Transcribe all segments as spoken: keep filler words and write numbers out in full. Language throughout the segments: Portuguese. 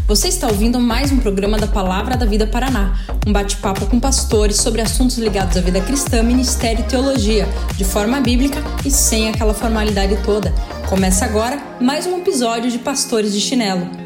Você está ouvindo mais um programa da Palavra da Vida Paraná, um bate-papo com pastores sobre assuntos ligados à vida cristã, ministério e teologia, de forma bíblica e sem aquela formalidade toda. Começa agora mais um episódio de Pastores de Chinelo.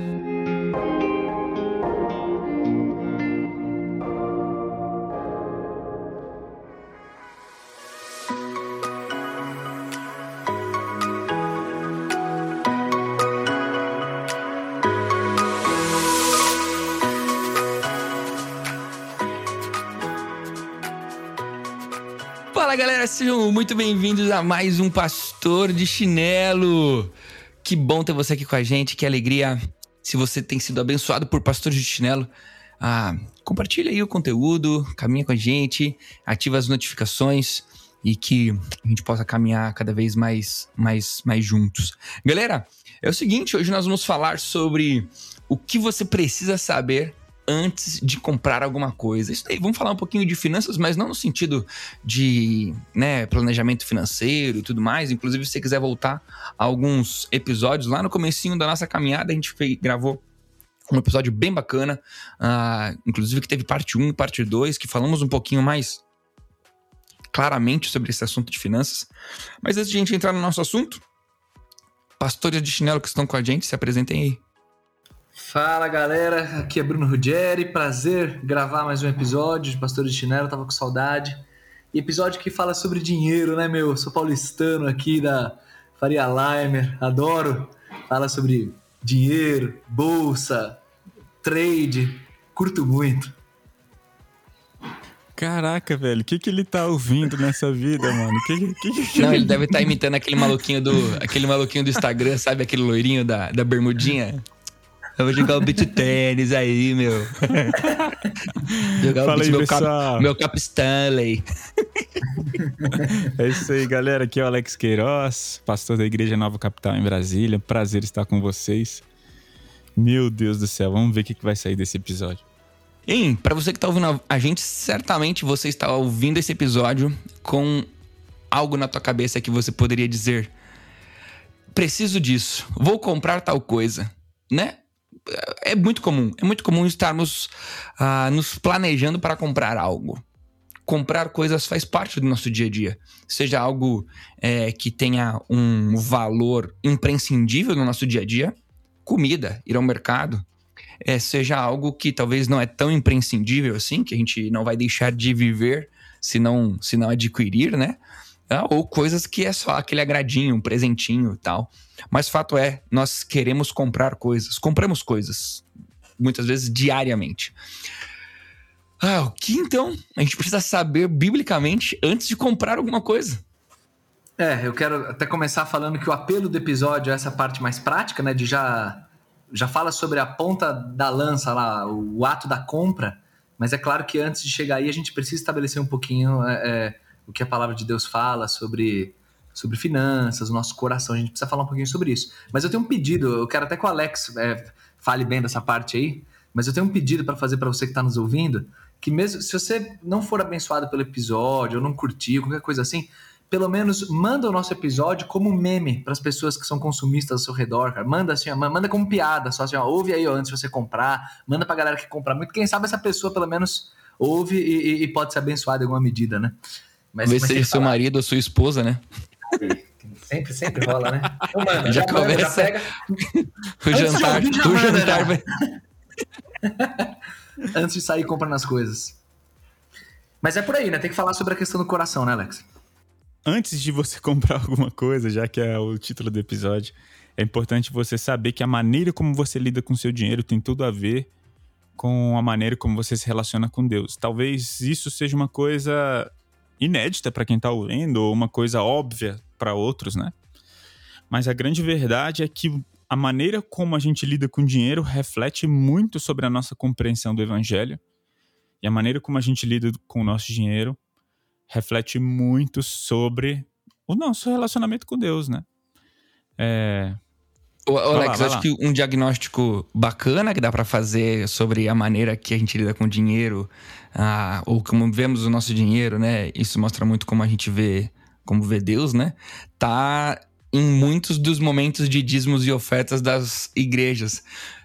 Fala galera, sejam muito bem-vindos a mais um Pastor de Chinelo. Que bom ter você aqui com a gente, que alegria. Se você tem sido abençoado por Pastores de Chinelo, ah, compartilha aí o conteúdo, caminha com a gente, ativa as notificações e que a gente possa caminhar cada vez mais, mais, mais juntos. Galera, é o seguinte, hoje nós vamos falar sobre o que você precisa saber antes de comprar alguma coisa. Isso aí, vamos falar um pouquinho de finanças, mas não no sentido de, né, planejamento financeiro e tudo mais. Inclusive, se você quiser voltar a alguns episódios, lá no comecinho da nossa caminhada, a gente fez, gravou um episódio bem bacana, uh, inclusive que teve parte um e parte dois, que falamos um pouquinho mais claramente sobre esse assunto de finanças. Mas antes de a gente entrar no nosso assunto, pastores de chinelo que estão com a gente, se apresentem aí. Fala galera, aqui é Bruno Ruggeri, prazer gravar mais um episódio de Pastores de Chinelo, tava com saudade. E episódio que fala sobre dinheiro, né meu? Sou paulistano aqui da Faria Limer, adoro. Fala sobre dinheiro, bolsa, trade, curto muito. Caraca, velho, o que que ele tá ouvindo nessa vida, mano? Que, que, que... Não, ele deve estar tá imitando aquele maluquinho do, aquele maluquinho do Instagram, sabe? Aquele loirinho da, da bermudinha. Eu vou jogar o beat tênis aí, meu. Jogar Fala o beat, aí, meu, pessoal. cap, meu Cap Stanley. É isso aí, galera. Aqui é o Alex Queiroz, pastor da Igreja Nova Capital em Brasília. Prazer estar com vocês. Meu Deus do céu, vamos ver o que vai sair desse episódio. Hein, pra você que tá ouvindo a gente, certamente você está ouvindo esse episódio com algo na tua cabeça que você poderia dizer: preciso disso, vou comprar tal coisa, né? É muito comum, é muito comum estarmos uh, nos planejando para comprar algo. Comprar coisas faz parte do nosso dia a dia. Seja algo é, que tenha um valor imprescindível no nosso dia a dia, comida, ir ao mercado, é, seja algo que talvez não é tão imprescindível assim, que a gente não vai deixar de viver se não, se não adquirir, né? Ah, ou coisas que é só aquele agradinho, um presentinho e tal. Mas fato é, nós queremos comprar coisas. Compramos coisas, muitas vezes diariamente. Ah, o que então a gente precisa saber biblicamente antes de comprar alguma coisa? É, eu quero até começar falando que o apelo do episódio é essa parte mais prática, né? De já, já fala sobre a ponta da lança lá, o ato da compra. Mas é claro que antes de chegar aí a gente precisa estabelecer um pouquinho é, o que a palavra de Deus fala sobre... sobre finanças, o nosso coração, a gente precisa falar um pouquinho sobre isso. Mas eu tenho um pedido, eu quero até que o Alex é, fale bem dessa parte aí, mas eu tenho um pedido para fazer para você que está nos ouvindo, que mesmo se você não for abençoado pelo episódio, ou não curtiu, qualquer coisa assim, pelo menos manda o nosso episódio como meme para as pessoas que são consumistas ao seu redor, cara. Manda assim, ó, manda como piada, só assim, ó, ouve aí ó, antes de você comprar, manda pra galera que compra muito, quem sabe essa pessoa pelo menos ouve e, e, e pode ser abençoada em alguma medida, né? Mas, Vê seja seu marido ou sua esposa, né? Sempre, sempre rola, né? Então, mano, já, já começa. Já pega. O jantar, o manda, jantar vai... Antes de sair comprando as coisas. Mas é por aí, né? Tem que falar sobre a questão do coração, né, Alex? Antes de você comprar alguma coisa, já que é o título do episódio, é importante você saber que a maneira como você lida com o seu dinheiro tem tudo a ver com a maneira como você se relaciona com Deus. Talvez isso seja uma coisa inédita para quem está ouvindo, ou uma coisa óbvia para outros, né? Mas a grande verdade é que a maneira como a gente lida com dinheiro reflete muito sobre a nossa compreensão do evangelho, e a maneira como a gente lida com o nosso dinheiro reflete muito sobre o nosso relacionamento com Deus, né? É... Ô, Alex, lá, acho que um diagnóstico bacana que dá pra fazer sobre a maneira que a gente lida com o dinheiro, ah, ou como vemos o nosso dinheiro, né? Isso mostra muito como a gente vê, como vê Deus, né? Tá em muitos dos momentos de dízimos e ofertas das igrejas.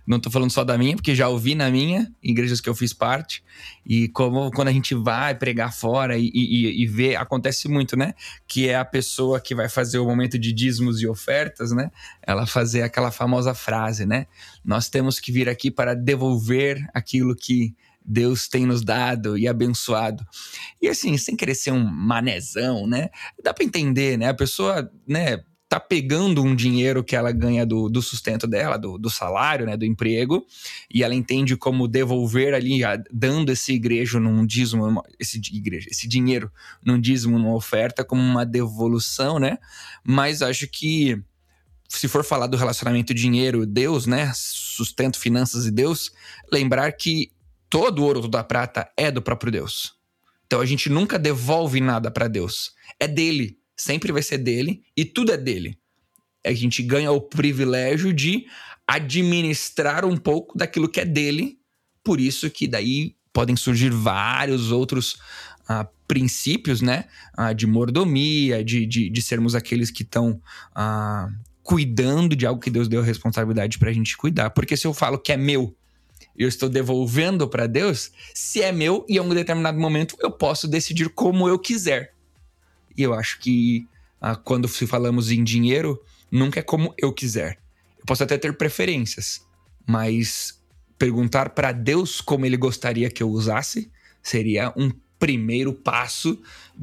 Não tô falando só da minha, porque já ouvi na minha, igrejas que eu fiz parte. E como quando a gente vai pregar fora e, e, e vê, acontece muito, né? Que é a pessoa que vai fazer o momento de dízimos e ofertas, né? Ela fazer aquela famosa frase, né? Nós temos que vir aqui para devolver aquilo que Deus tem nos dado e abençoado. E assim, sem querer ser um manezão, né? Dá para entender, né? A pessoa, né, tá pegando um dinheiro que ela ganha do, do sustento dela, do, do salário, né, do emprego, e ela entende como devolver ali, dando esse igrejo num dízimo, esse, igreja, esse dinheiro num dízimo, numa oferta, como uma devolução, né? Mas acho que se for falar do relacionamento dinheiro, Deus, né, sustento, finanças e Deus, lembrar que todo o ouro, toda a prata é do próprio Deus. Então a gente nunca devolve nada para Deus. É dele, sempre vai ser dele e tudo é dele. A gente ganha o privilégio de administrar um pouco daquilo que é dele. Por isso que daí podem surgir vários outros ah, princípios, né, ah, de mordomia, de, de, de sermos aqueles que estão ah, cuidando de algo que Deus deu a responsabilidade pra gente cuidar. Porque se eu falo que é meu, eu estou devolvendo para Deus, se é meu e em um determinado momento eu posso decidir como eu quiser. E eu acho que ah, quando se falamos em dinheiro, nunca é como eu quiser. Eu posso até ter preferências, mas perguntar para Deus como ele gostaria que eu usasse seria um primeiro passo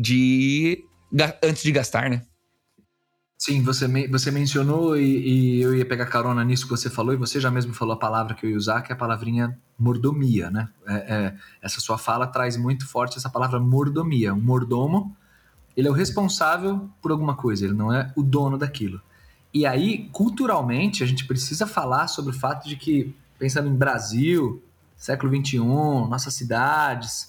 de antes de gastar, né? Sim, você, me, você mencionou e, e eu ia pegar carona nisso que você falou, e você já mesmo falou a palavra que eu ia usar, que é a palavrinha mordomia, né? É, é, essa sua fala traz muito forte essa palavra mordomia. Um mordomo, ele é o responsável por alguma coisa, ele não é o dono daquilo. E aí, culturalmente, a gente precisa falar sobre o fato de que, pensando em Brasil, século vinte e um, nossas cidades,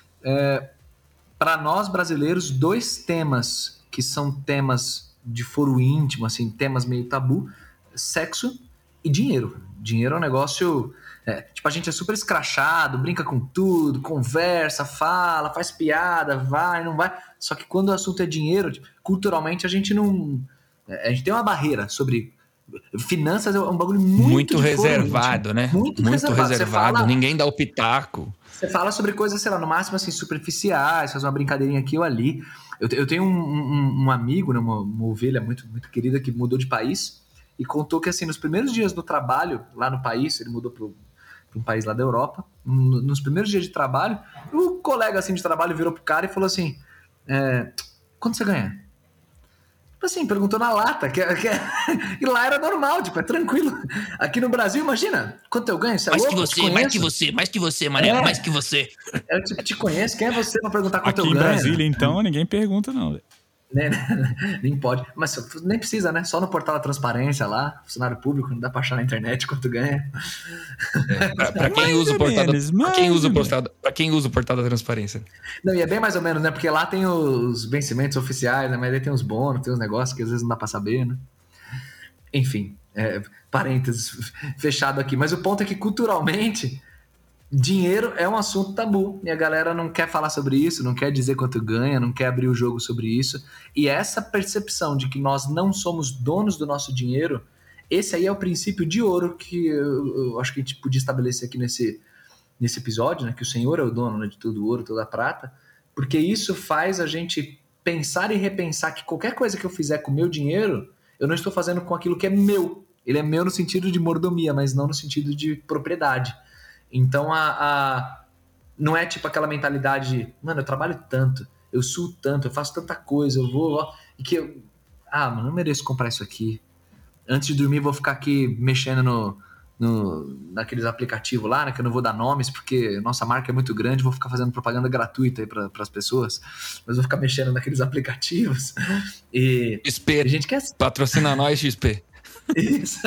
é, para nós brasileiros, dois temas que são temas de foro íntimo, assim, temas meio tabu, sexo e dinheiro. Dinheiro é um negócio... É, tipo, a gente é super escrachado, brinca com tudo, conversa, fala, faz piada, vai, não vai. Só que quando o assunto é dinheiro, tipo, culturalmente a gente não... A gente tem uma barreira sobre... Finanças é um bagulho muito... Muito reservado, né? Muito, muito reservado. reservado. Fala, ninguém dá o pitaco. Você fala sobre coisas, sei lá, no máximo assim, superficiais, faz uma brincadeirinha aqui ou ali. Eu, eu tenho um, um, um amigo, né, uma, uma ovelha muito, muito querida que mudou de país e contou que, assim, nos primeiros dias do trabalho lá no país, ele mudou para um país lá da Europa, no, nos primeiros dias de trabalho, o colega, assim, de trabalho virou pro cara e falou assim, é, quanto você ganha? Tipo assim, perguntou na lata, que, que, e lá era normal, tipo, é tranquilo. Aqui no Brasil, imagina, quanto eu ganho? Você é mais louco? que você, mais que você, mais que você, mané, é. mais que você. Eu tipo, te conheço, quem é você pra perguntar quanto Aqui eu ganho? Aqui em Brasília, então, ninguém pergunta não. Nem, nem pode, mas nem precisa, né? Só no portal da transparência lá, funcionário público, não dá pra achar na internet quanto ganha. É, pra, pra, quem usa o portal da, pra, quem usa o portal, pra quem usa o portal da transparência. Não, e é bem mais ou menos, né? Porque lá tem os vencimentos oficiais, né? Mas aí tem os bônus, tem os negócios que às vezes não dá pra saber, né? Enfim, é, parênteses fechado aqui. Mas o ponto é que culturalmente dinheiro é um assunto tabu e a galera não quer falar sobre isso, não quer dizer quanto ganha, não quer abrir o jogo sobre isso. E essa percepção de que nós não somos donos do nosso dinheiro, esse aí é o princípio de ouro que eu, eu acho que a gente podia estabelecer aqui nesse, nesse episódio, né? Que o Senhor é o dono, né, de todo o ouro, toda a prata, porque isso faz a gente pensar e repensar que qualquer coisa que eu fizer com o meu dinheiro, eu não estou fazendo com aquilo que é meu. Ele é meu no sentido de mordomia, mas não no sentido de propriedade. Então, a, a, não é tipo aquela mentalidade, mano, eu trabalho tanto, eu suo tanto, eu faço tanta coisa, eu vou, ó, e que eu, ah, mano, eu mereço comprar isso aqui. Antes de dormir, vou ficar aqui mexendo no, no, naqueles aplicativos lá, né, que eu não vou dar nomes, porque nossa marca é muito grande, vou ficar fazendo propaganda gratuita aí para as pessoas, mas vou ficar mexendo naqueles aplicativos. E X P, a gente quer... patrocina nós, X P. Isso.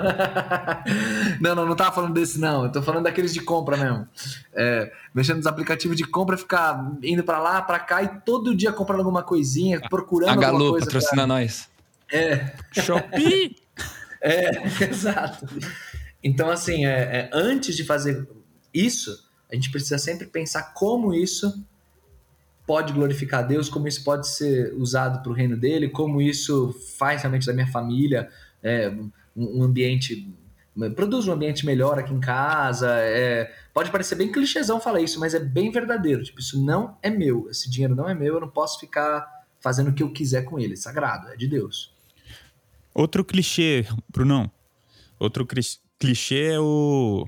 Não, não, não tava falando desse não, eu tô falando daqueles de compra mesmo, é, mexendo nos aplicativos de compra, ficar indo pra lá, pra cá e todo dia comprando alguma coisinha, procurando a alguma Galu, coisa. patrocina pra... nós. É. Shopee! É, exato. Então assim, é, é, antes de fazer isso, a gente precisa sempre pensar como isso pode glorificar a Deus, como isso pode ser usado pro reino dele, como isso faz realmente da minha família É, um, um ambiente produz um ambiente melhor aqui em casa. É, pode parecer bem clichêzão falar isso, mas é bem verdadeiro. Tipo, isso não é meu, esse dinheiro não é meu, eu não posso ficar fazendo o que eu quiser com ele, é sagrado, é de Deus. Outro clichê, Brunão, outro clichê é o...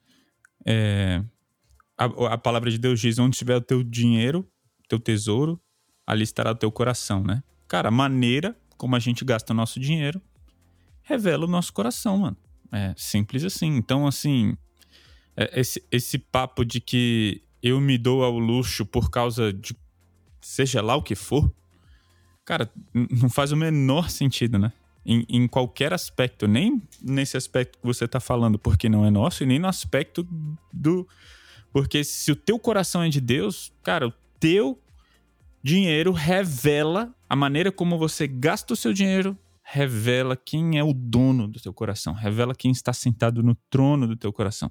É, a, a palavra de Deus diz, onde estiver o teu dinheiro, teu tesouro, ali estará o teu coração, né? Cara, a maneira como a gente gasta o nosso dinheiro revela o nosso coração, mano. É simples assim. Então, assim, é, esse, esse papo de que eu me dou ao luxo por causa de seja lá o que for, cara, não faz o menor sentido, né? Em, em qualquer aspecto, nem nesse aspecto que você tá falando, porque não é nosso, e nem no aspecto do... Porque se o teu coração é de Deus, cara, o teu dinheiro revela a maneira como você gasta o seu dinheiro, revela quem é o dono do teu coração, revela quem está sentado no trono do teu coração.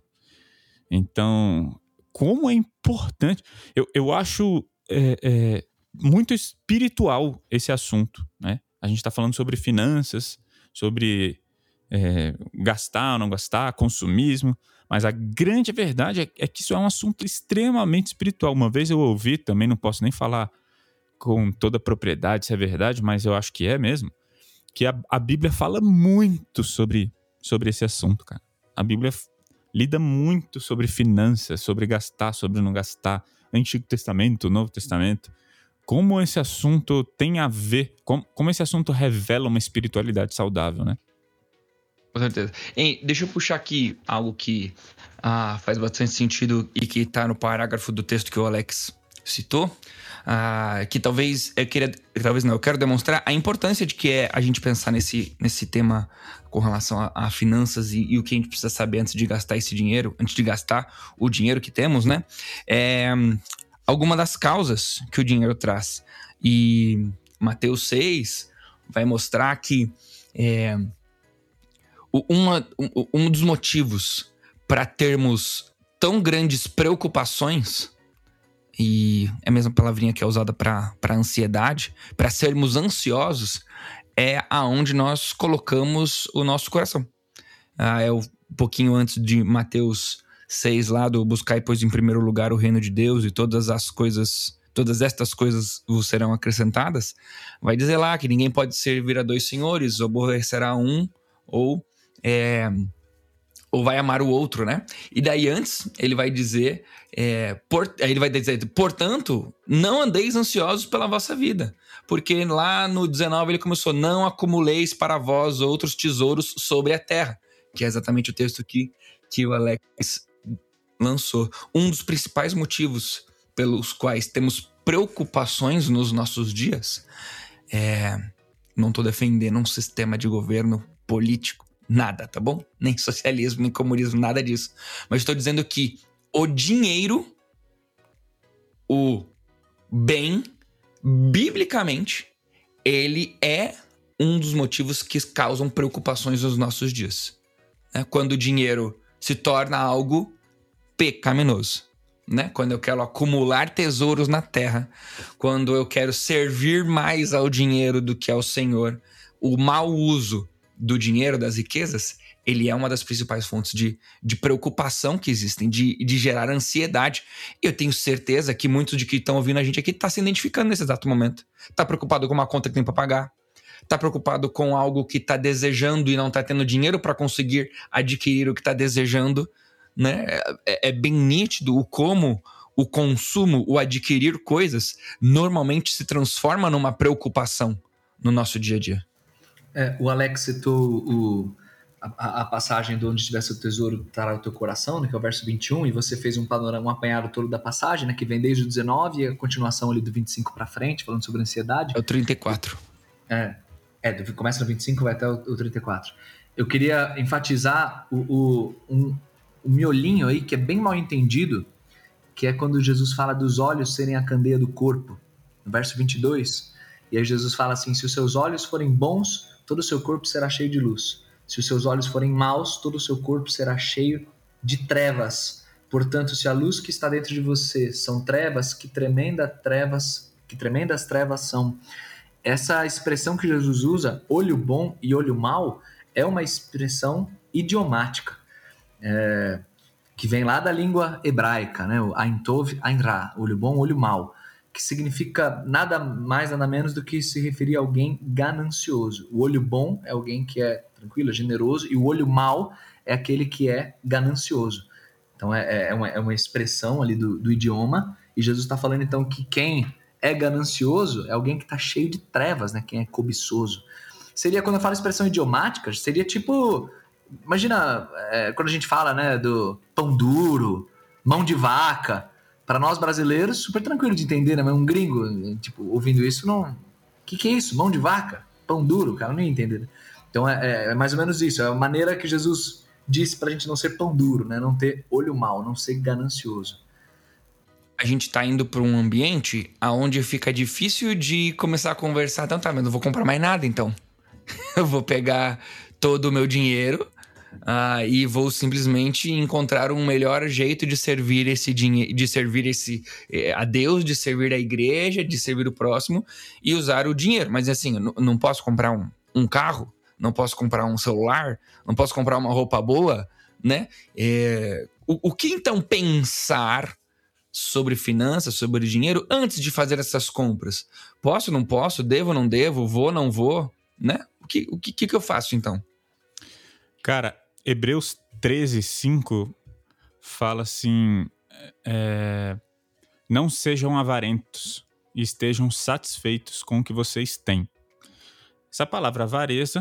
Então, como é importante... Eu, eu acho é, é, muito espiritual esse assunto, né? A gente está falando sobre finanças, sobre é, gastar ou não gastar, consumismo, mas a grande verdade é, é que isso é um assunto extremamente espiritual. Uma vez eu ouvi, também não posso nem falar com toda a propriedade se é verdade, mas eu acho que é mesmo, que a, a Bíblia fala muito sobre, sobre esse assunto, cara. A Bíblia f- lida muito sobre finanças, sobre gastar, sobre não gastar. Antigo Testamento, Novo Testamento. Como esse assunto tem a ver, como, como esse assunto revela uma espiritualidade saudável, né? Com certeza. Hein, deixa eu puxar aqui algo que ah, faz bastante sentido e que tá no parágrafo do texto que o Alex citou. Ah, que talvez eu queria, talvez não, eu quero demonstrar a importância de que é a gente pensar nesse, nesse tema com relação a, a finanças e, e o que a gente precisa saber antes de gastar esse dinheiro, antes de gastar o dinheiro que temos, né? É, alguma das causas que o dinheiro traz. E Mateus seis vai mostrar que é, uma, um, um dos motivos para termos tão grandes preocupações, e é a mesma palavrinha que é usada para ansiedade, para sermos ansiosos, é aonde nós colocamos o nosso coração. Ah, é um pouquinho antes de Mateus seis, lá do buscar, pois, em primeiro lugar o reino de Deus e todas as coisas, todas estas coisas vos serão acrescentadas. Vai dizer lá que ninguém pode servir a dois senhores, ou aborrecerá um, ou, é, ou vai amar o outro, né? E daí antes, ele vai dizer... É, por, aí ele vai dizer, portanto, não andeis ansiosos pela vossa vida, porque lá no dezenove ele começou, não acumuleis para vós outros tesouros sobre a terra, que é exatamente o texto que, que o Alex lançou. Um dos principais motivos pelos quais temos preocupações nos nossos dias é, não estou defendendo um sistema de governo político, nada, tá bom? Nem socialismo, nem comunismo, nada disso, mas estou dizendo que o dinheiro, o bem, biblicamente, ele é um dos motivos que causam preocupações nos nossos dias. Né? Quando o dinheiro se torna algo pecaminoso. Né? Quando eu quero acumular tesouros na terra, quando eu quero servir mais ao dinheiro do que ao Senhor, o mau uso do dinheiro, das riquezas, ele é uma das principais fontes de, de preocupação que existem, de, de gerar ansiedade. E eu tenho certeza que muitos de que estão ouvindo a gente aqui estão se identificando nesse exato momento. Está preocupado com uma conta que tem para pagar. Está preocupado com algo que está desejando e não está tendo dinheiro para conseguir adquirir o que está desejando. Né? É, é bem nítido o como o consumo, o adquirir coisas, normalmente se transforma numa preocupação no nosso dia a dia. É, o Alex citou o... A, a passagem de onde estivesse o tesouro estará o teu coração, né, que é o verso vinte e um, e você fez um panorama, um apanhado todo da passagem, né, que vem desde o dezenove e a continuação ali do vinte e cinco para frente, falando sobre ansiedade. É o trinta e quatro. É, é começa no vinte e cinco, vai até o, o trinta e quatro. Eu queria enfatizar o, o, um, o miolinho aí, que é bem mal entendido, que é quando Jesus fala dos olhos serem a candeia do corpo, no verso vinte e dois, e aí Jesus fala assim, se os seus olhos forem bons, todo o seu corpo será cheio de luz. Se os seus olhos forem maus, todo o seu corpo será cheio de trevas. Portanto, se a luz que está dentro de você são trevas, que tremenda trevas, que tremendas trevas são. Essa expressão que Jesus usa, olho bom e olho mau, é uma expressão idiomática, é, que vem lá da língua hebraica, né? O Ain Tov, Ain Ra, olho bom, olho mau, que significa nada mais, nada menos do que se referir a alguém ganancioso. O olho bom é alguém que é tranquilo, generoso, e o olho mau é aquele que é ganancioso. Então é, é, uma, é uma expressão ali do, do idioma, e Jesus está falando então que quem é ganancioso é alguém que está cheio de trevas, né? Quem é cobiçoso. Seria, quando eu falo expressão idiomática, seria tipo, imagina é, quando a gente fala, né, do pão duro, mão de vaca. Para nós brasileiros, super tranquilo de entender, né? Mas um gringo, tipo, ouvindo isso, não... O que, que é isso? Mão de vaca? Pão duro? O cara não ia entender. Né? Então é, é mais ou menos isso. É a maneira que Jesus disse pra gente não ser pão duro, né? Não ter olho mau, não ser ganancioso. A gente tá indo para um ambiente onde fica difícil de começar a conversar. Então tá, mas não vou comprar mais nada, então. Eu vou pegar todo o meu dinheiro... Ah, e vou simplesmente encontrar um melhor jeito de servir esse dinheiro, de servir esse a Deus, de servir a igreja, de servir o próximo e usar o dinheiro. Mas assim, eu não posso comprar um, um carro, não posso comprar um celular, não posso comprar uma roupa boa, né? É, o, o que então pensar sobre finanças, sobre dinheiro antes de fazer essas compras? Posso, não posso? Devo, não devo? Vou, não vou? Né? O que, o que, que eu faço então? Cara, Hebreus treze, cinco fala assim, é, não sejam avarentos e estejam satisfeitos com o que vocês têm. Essa palavra avareza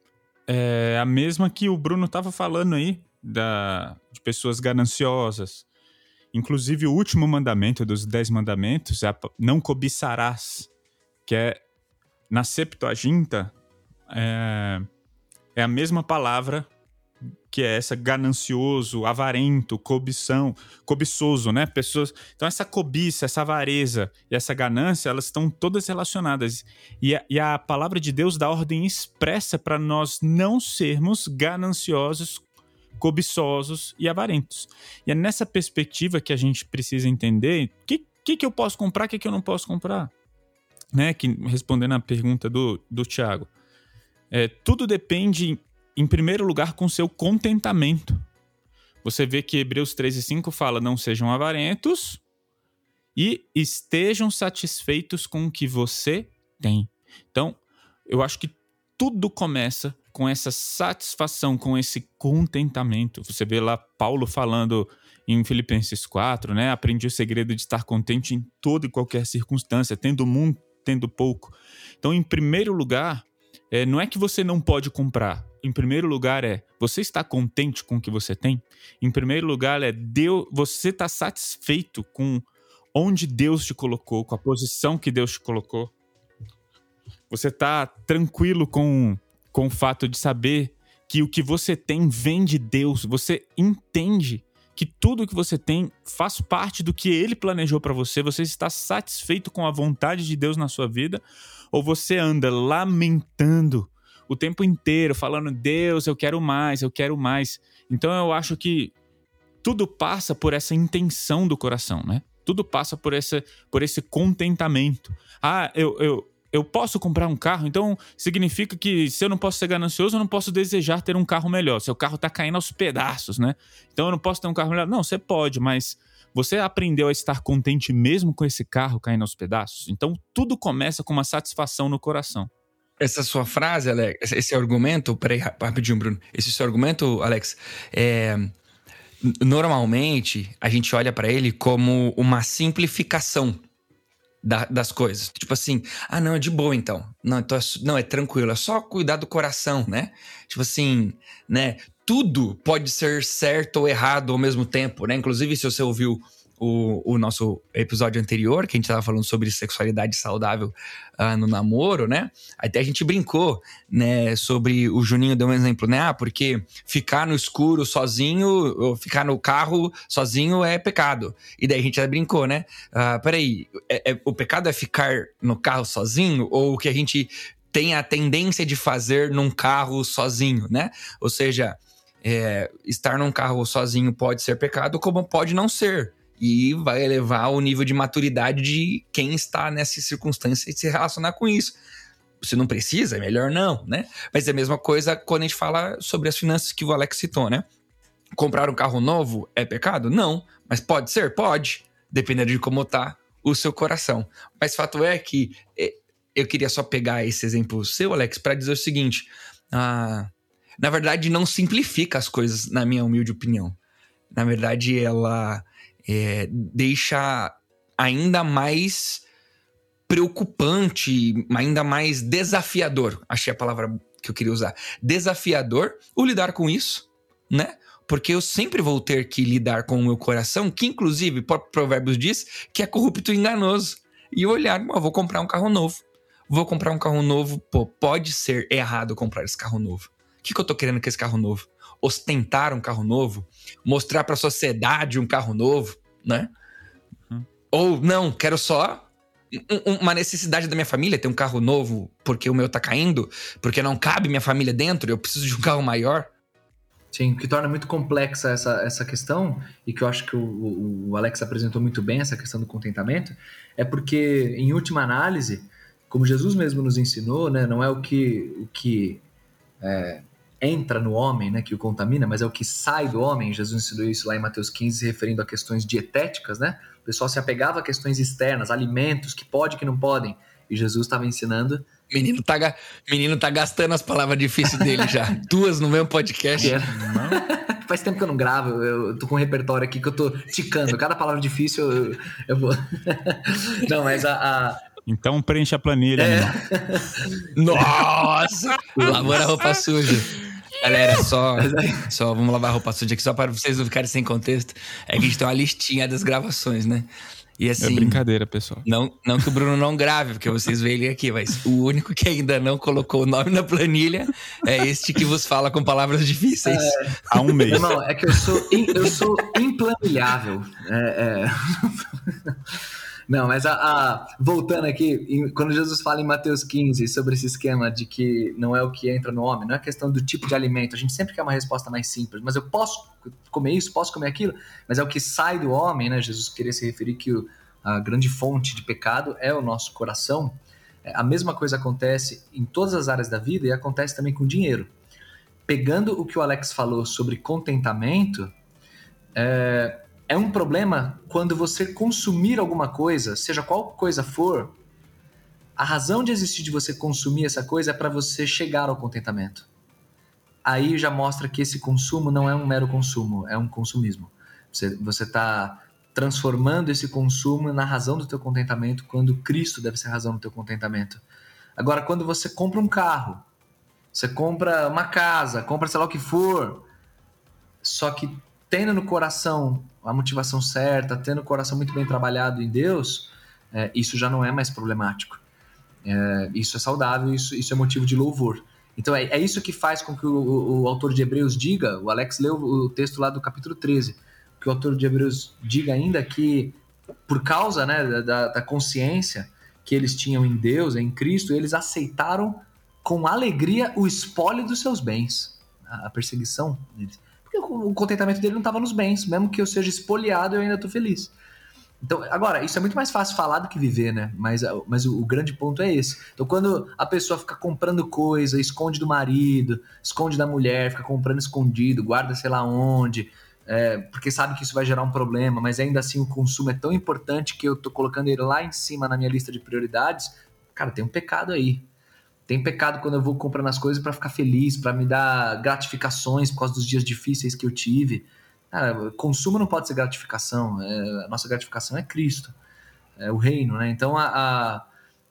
é a mesma que o Bruno estava falando aí, da, de pessoas gananciosas. Inclusive o último mandamento dos dez mandamentos é a, não cobiçarás, que é na Septuaginta, é, é a mesma palavra que é essa ganancioso, avarento, cobição, cobiçoso, né? Pessoas... Então essa cobiça, essa avareza e essa ganância, elas estão todas relacionadas. E a, e a palavra de Deus dá ordem expressa para nós não sermos gananciosos, cobiçosos e avarentos. E é nessa perspectiva que a gente precisa entender o que, que, que eu posso comprar, o que, que eu não posso comprar. Né? Que, respondendo à pergunta do, do Thiago. É, tudo depende... Em primeiro lugar, com seu contentamento. Você vê que Hebreus treze, cinco fala, não sejam avarentos e estejam satisfeitos com o que você tem. Então, eu acho que tudo começa com essa satisfação, com esse contentamento. Você vê lá Paulo falando em Filipenses quatro, né? Aprendi o segredo de estar contente em toda e qualquer circunstância, tendo muito, tendo pouco. Então, em primeiro lugar, é, não é que você não pode comprar. Em primeiro lugar é, você está contente com o que você tem? Em primeiro lugar é, Deus, você está satisfeito com onde Deus te colocou, com a posição que Deus te colocou? Você está tranquilo com, com o fato de saber que o que você tem vem de Deus? Você entende que tudo que você tem faz parte do que Ele planejou para você? Você está satisfeito com a vontade de Deus na sua vida? Ou você anda lamentando o tempo inteiro, falando, Deus, eu quero mais, eu quero mais. Então eu acho que tudo passa por essa intenção do coração, né? Tudo passa por esse, por esse contentamento. Ah, eu, eu, eu posso comprar um carro, então significa que se eu não posso ser ganancioso, eu não posso desejar ter um carro melhor. Seu carro está caindo aos pedaços, né? Então eu não posso ter um carro melhor. Não, você pode, mas você aprendeu a estar contente mesmo com esse carro caindo aos pedaços? Então tudo começa com uma satisfação no coração. Essa sua frase, Alex, esse argumento... Peraí, rapidinho, Bruno. Esse seu argumento, Alex, é... Normalmente, a gente olha pra ele como uma simplificação da, das coisas. Tipo assim, ah, não, é de boa então. Não, então é, não, é tranquilo, é só cuidar do coração, né? Tipo assim, né? Tudo pode ser certo ou errado ao mesmo tempo, né? Inclusive, se você ouviu o, o nosso episódio anterior, que a gente tava falando sobre sexualidade saudável uh, no namoro, né? Até a gente brincou, né? Sobre o Juninho deu um exemplo, né? Ah, porque ficar no escuro sozinho, ou ficar no carro sozinho é pecado. E daí a gente já brincou, né? Uh, peraí, é, é, o pecado é ficar no carro sozinho? Ou o que a gente tem a tendência de fazer num carro sozinho, né? Ou seja, é, estar num carro sozinho pode ser pecado, como pode não ser. E vai elevar o nível de maturidade de quem está nessa circunstância e se relacionar com isso. se não precisa, é melhor não, né? Mas é a mesma coisa quando a gente fala sobre as finanças que o Alex citou, né? Comprar um carro novo é pecado? Não. Mas pode ser? Pode. Dependendo de como tá o seu coração. Mas fato é que eu queria só pegar esse exemplo seu, Alex, para dizer o seguinte. Ah, na verdade, não simplifica as coisas, na minha humilde opinião. Na verdade, ela é, deixa ainda mais preocupante, ainda mais desafiador. Achei a palavra que eu queria usar. Desafiador o lidar com isso, né? Porque eu sempre vou ter que lidar com o meu coração, que inclusive, o próprio Provérbios diz que é corrupto e enganoso. E olhar, eu vou comprar um carro novo. Vou comprar um carro novo, pô, pode ser errado comprar esse carro novo. O que, que eu tô querendo com esse carro novo? Ostentar um carro novo? Mostrar pra sociedade um carro novo, né? Uhum. Ou não, quero só um, uma necessidade da minha família, ter um carro novo porque o meu tá caindo, porque não cabe minha família dentro, eu preciso de um carro maior. Sim, o que torna muito complexa essa, essa questão, e que eu acho que o, o Alex apresentou muito bem, essa questão do contentamento, é porque, em última análise, como Jesus mesmo nos ensinou, né, não é o que, o que é, entra no homem, né, que o contamina, mas é o que sai do homem. Jesus ensinou isso lá em Mateus quinze, se referindo a questões dietéticas, né? O pessoal se apegava a questões externas, alimentos, que pode, que não podem, e Jesus estava ensinando... Menino tá, menino tá gastando as palavras difíceis dele já. Duas no mesmo podcast. É. Faz tempo que eu não gravo, eu, eu tô com um repertório aqui que eu tô ticando. Cada palavra difícil eu, eu vou... Não, mas a... a... Então preenche a planilha. É. Nossa! Lavando a roupa suja. Galera, só, só vamos lavar a roupa suja aqui, só para vocês não ficarem sem contexto. É que a gente tem uma listinha das gravações, né? E assim, é brincadeira, pessoal. Não, não que o Bruno não grave, porque vocês veem ele aqui, mas o único que ainda não colocou o nome na planilha é este que vos fala com palavras difíceis. É, há um mês. Não, é que eu sou, eu sou implanilhável. É, é... Não, mas a, a, voltando aqui, em, quando Jesus fala em Mateus quinze sobre esse esquema de que não é o que entra no homem, não é questão do tipo de alimento, a gente sempre quer uma resposta mais simples, mas eu posso comer isso, posso comer aquilo, mas é o que sai do homem, né? Jesus queria se referir que o, a grande fonte de pecado é o nosso coração. É, a mesma coisa acontece em todas as áreas da vida e acontece também com dinheiro. Pegando o que o Alex falou sobre contentamento, é... É um problema quando você consumir alguma coisa, seja qual coisa for, a razão de existir de você consumir essa coisa é para você chegar ao contentamento. Aí já mostra que esse consumo não é um mero consumo, é um consumismo. Você está transformando esse consumo na razão do teu contentamento, quando Cristo deve ser a razão do teu contentamento. Agora, quando você compra um carro, você compra uma casa, compra sei lá o que for, só que tendo no coração a motivação certa, tendo o coração muito bem trabalhado em Deus, é, isso já não é mais problemático. É, isso é saudável, isso, isso é motivo de louvor. Então é, é isso que faz com que o, o, o autor de Hebreus diga, o Alex leu o texto lá do capítulo treze, que o autor de Hebreus diga ainda que, por causa, né, da, da consciência que eles tinham em Deus, em Cristo, eles aceitaram com alegria o espólio dos seus bens, a, a perseguição deles. Porque o contentamento dele não estava nos bens. Mesmo que eu seja espoliado, eu ainda estou feliz. Então, agora, isso é muito mais fácil falar do que viver, né? Mas, mas o, o grande ponto é esse. Então, quando a pessoa fica comprando coisa, esconde do marido, esconde da mulher, fica comprando escondido, guarda sei lá onde, é, porque sabe que isso vai gerar um problema, mas ainda assim o consumo é tão importante que eu estou colocando ele lá em cima na minha lista de prioridades, cara, tem um pecado aí. Tem pecado quando eu vou comprando as coisas para ficar feliz, para me dar gratificações por causa dos dias difíceis que eu tive. Cara, consumo não pode ser gratificação. É, a nossa gratificação é Cristo, é o reino, né? Então, a, a,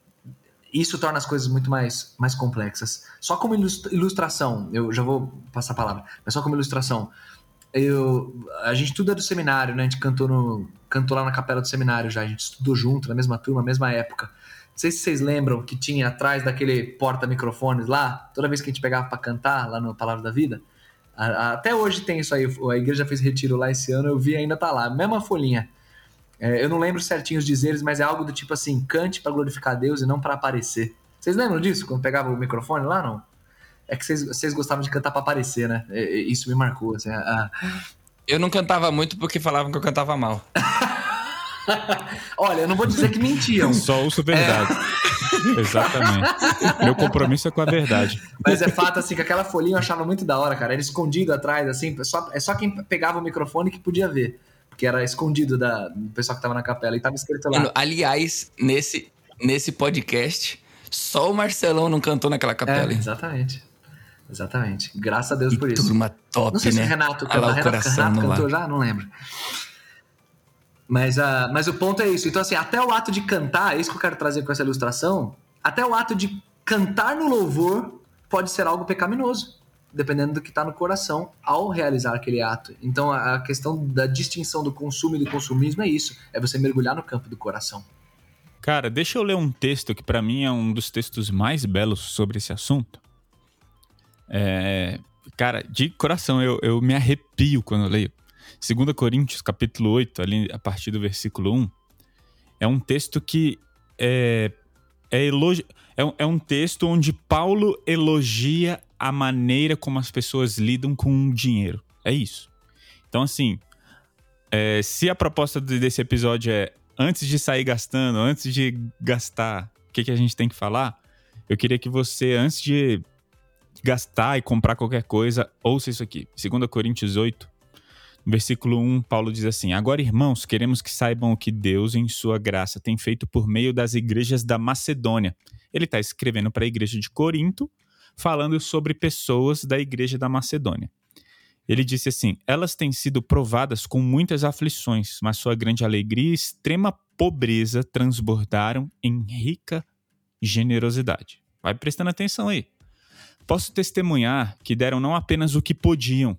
isso torna as coisas muito mais, mais complexas. Só como ilustração, eu já vou passar a palavra, mas só como ilustração, eu, a gente tudo é do seminário, né? A gente cantou, no, cantou lá na capela do seminário já, a gente estudou junto, na mesma turma, na mesma época. Não sei se vocês lembram que tinha atrás daquele porta-microfones lá, toda vez que a gente pegava para cantar lá no Palavra da Vida, a, a, até hoje tem isso aí, a igreja fez retiro lá esse ano, eu vi ainda tá lá, mesma folhinha. É, eu não lembro certinho os dizeres, mas é algo do tipo assim, cante para glorificar Deus e não para aparecer. Vocês lembram disso, quando pegava o microfone lá, não? É que vocês, vocês gostavam de cantar para aparecer, né? Isso me marcou, assim. A... Eu não cantava muito porque falavam que eu cantava mal. Olha, eu não vou dizer que mentiam. Só ouço verdade. Exatamente. Meu compromisso é com a verdade. Mas é fato, assim, que aquela folhinha eu achava muito da hora, cara. Era escondido atrás, assim. Só, é só quem pegava o microfone que podia ver. Porque era escondido da, do pessoal que tava na capela. E tava escrito lá. Mano, aliás, nesse, nesse podcast, só o Marcelão não cantou naquela capela. É, hein? exatamente. Exatamente. Graças a Deus E por isso. turma top, não sei né? se o Renato, Olha lá o Renato, coração Renato no cantou ar. já? Não lembro. Mas, uh, mas o ponto é isso. Então, assim, até o ato de cantar, é isso que eu quero trazer com essa ilustração, até o ato de cantar no louvor pode ser algo pecaminoso, dependendo do que está no coração ao realizar aquele ato. Então, a questão da distinção do consumo e do consumismo é isso. É você mergulhar no campo do coração. Cara, deixa eu ler um texto que para mim é um dos textos mais belos sobre esse assunto. É, cara, de coração, eu, eu me arrepio quando eu leio. dois Coríntios, capítulo oito, ali a partir do versículo um, é um texto que é, é, elogi... é, um, é um texto onde Paulo elogia a maneira como as pessoas lidam com o dinheiro. É isso. Então, assim, é, se a proposta desse episódio é antes de sair gastando, antes de gastar, o que, que a gente tem que falar? Eu queria que você, antes de gastar e comprar qualquer coisa, ouça isso aqui. dois Coríntios oito, versículo um, Paulo diz assim: agora, irmãos, queremos que saibam o que Deus, em sua graça, tem feito por meio das igrejas da Macedônia. Ele está escrevendo para a igreja de Corinto, falando sobre pessoas da igreja da Macedônia. Ele disse assim: elas têm sido provadas com muitas aflições, mas sua grande alegria e extrema pobreza transbordaram em rica generosidade. Vai prestando atenção aí. Posso testemunhar que deram não apenas o que podiam,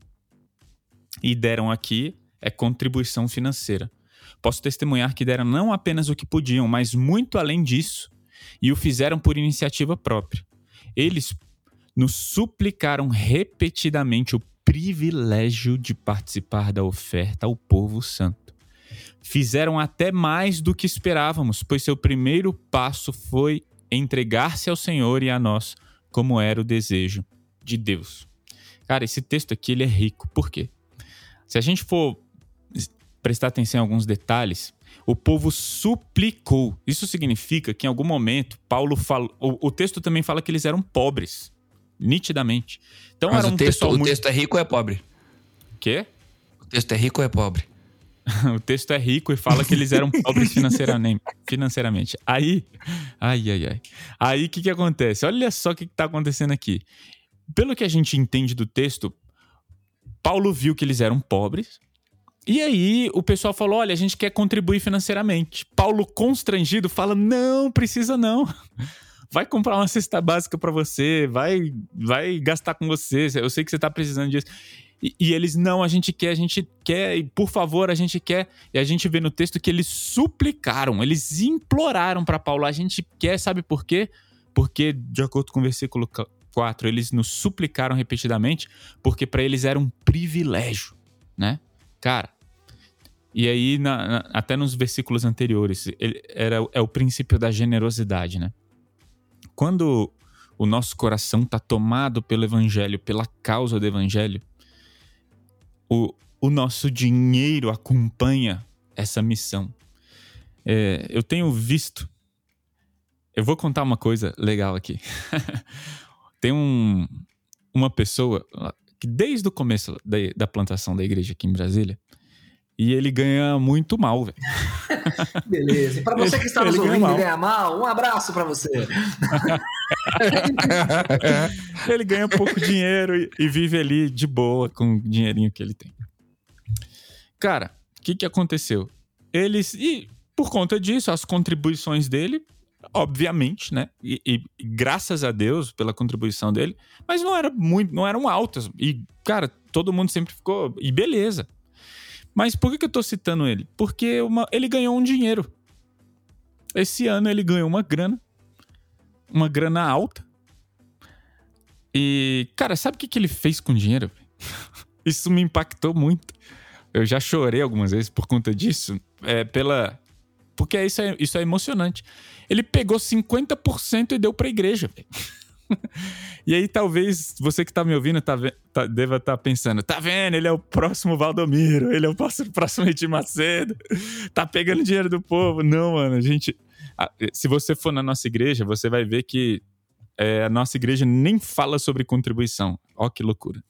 e deram aqui é contribuição financeira. Posso testemunhar que deram não apenas o que podiam, mas muito além disso, e o fizeram por iniciativa própria. Eles nos suplicaram repetidamente o privilégio de participar da oferta ao povo santo. Fizeram até mais do que esperávamos, pois seu primeiro passo foi entregar-se ao Senhor e a nós, como era o desejo de Deus. Cara, esse texto aqui ele é rico. Por quê? Se a gente for prestar atenção em alguns detalhes, o povo suplicou. Isso significa que em algum momento Paulo falou. O, o texto também fala que eles eram pobres, nitidamente. Então Mas era um o, texto, pessoal o muito... texto é rico ou é pobre? Quê? O texto é rico ou é pobre? O texto é rico e fala que eles eram pobres financeiramente. financeiramente. Aí, ai, ai, ai. Aí o que, que acontece? Olha só o que está acontecendo aqui. Pelo que a gente entende do texto, Paulo viu que eles eram pobres. E aí o pessoal falou: olha, a gente quer contribuir financeiramente. Paulo, constrangido, fala: não, precisa não. Vai comprar uma cesta básica para você, vai, vai gastar com você. Eu sei que você está precisando disso. E, e eles, não, a gente quer, a gente quer, e por favor, a gente quer. E a gente vê no texto que eles suplicaram, eles imploraram para Paulo: a gente quer, sabe por quê? Porque, de acordo com o versículo quatro, eles nos suplicaram repetidamente, porque para eles era um privilégio, né? Cara, e aí, na, na, até nos versículos anteriores, ele, era, é o princípio da generosidade, né? Quando o nosso coração está tomado pelo evangelho, pela causa do evangelho, o, o nosso dinheiro acompanha essa missão. É, eu tenho visto... Eu vou contar uma coisa legal aqui. Tem um, uma pessoa que desde o começo da, da plantação da igreja aqui em Brasília, e ele ganha muito mal, velho. Beleza. E para você que está nos ouvindo e ganha mal, um abraço para você. Ele ganha pouco dinheiro e, e vive ali de boa com o dinheirinho que ele tem. Cara, o que, que aconteceu? Eles... E por conta disso, as contribuições dele, obviamente, né? E, e graças a Deus pela contribuição dele, mas não, era muito, não eram altas. E, cara, todo mundo sempre ficou... E beleza. Mas por que, que eu tô citando ele? Porque uma, ele ganhou um dinheiro. Esse ano ele ganhou uma grana. Uma grana alta. E, cara, sabe o que, que ele fez com o dinheiro? Isso me impactou muito. Eu já chorei algumas vezes por conta disso. É, pela... Porque isso é, isso é emocionante. Ele pegou cinquenta por cento e deu pra igreja, velho. E aí talvez você que tá me ouvindo tá, tá, deva estar tá pensando: tá vendo, ele é o próximo Valdomiro, ele é o próximo Edir Macedo, tá pegando dinheiro do povo. Não, mano, a gente, Se você for na nossa igreja, você vai ver que é, a nossa igreja nem fala sobre contribuição. Ó, que loucura.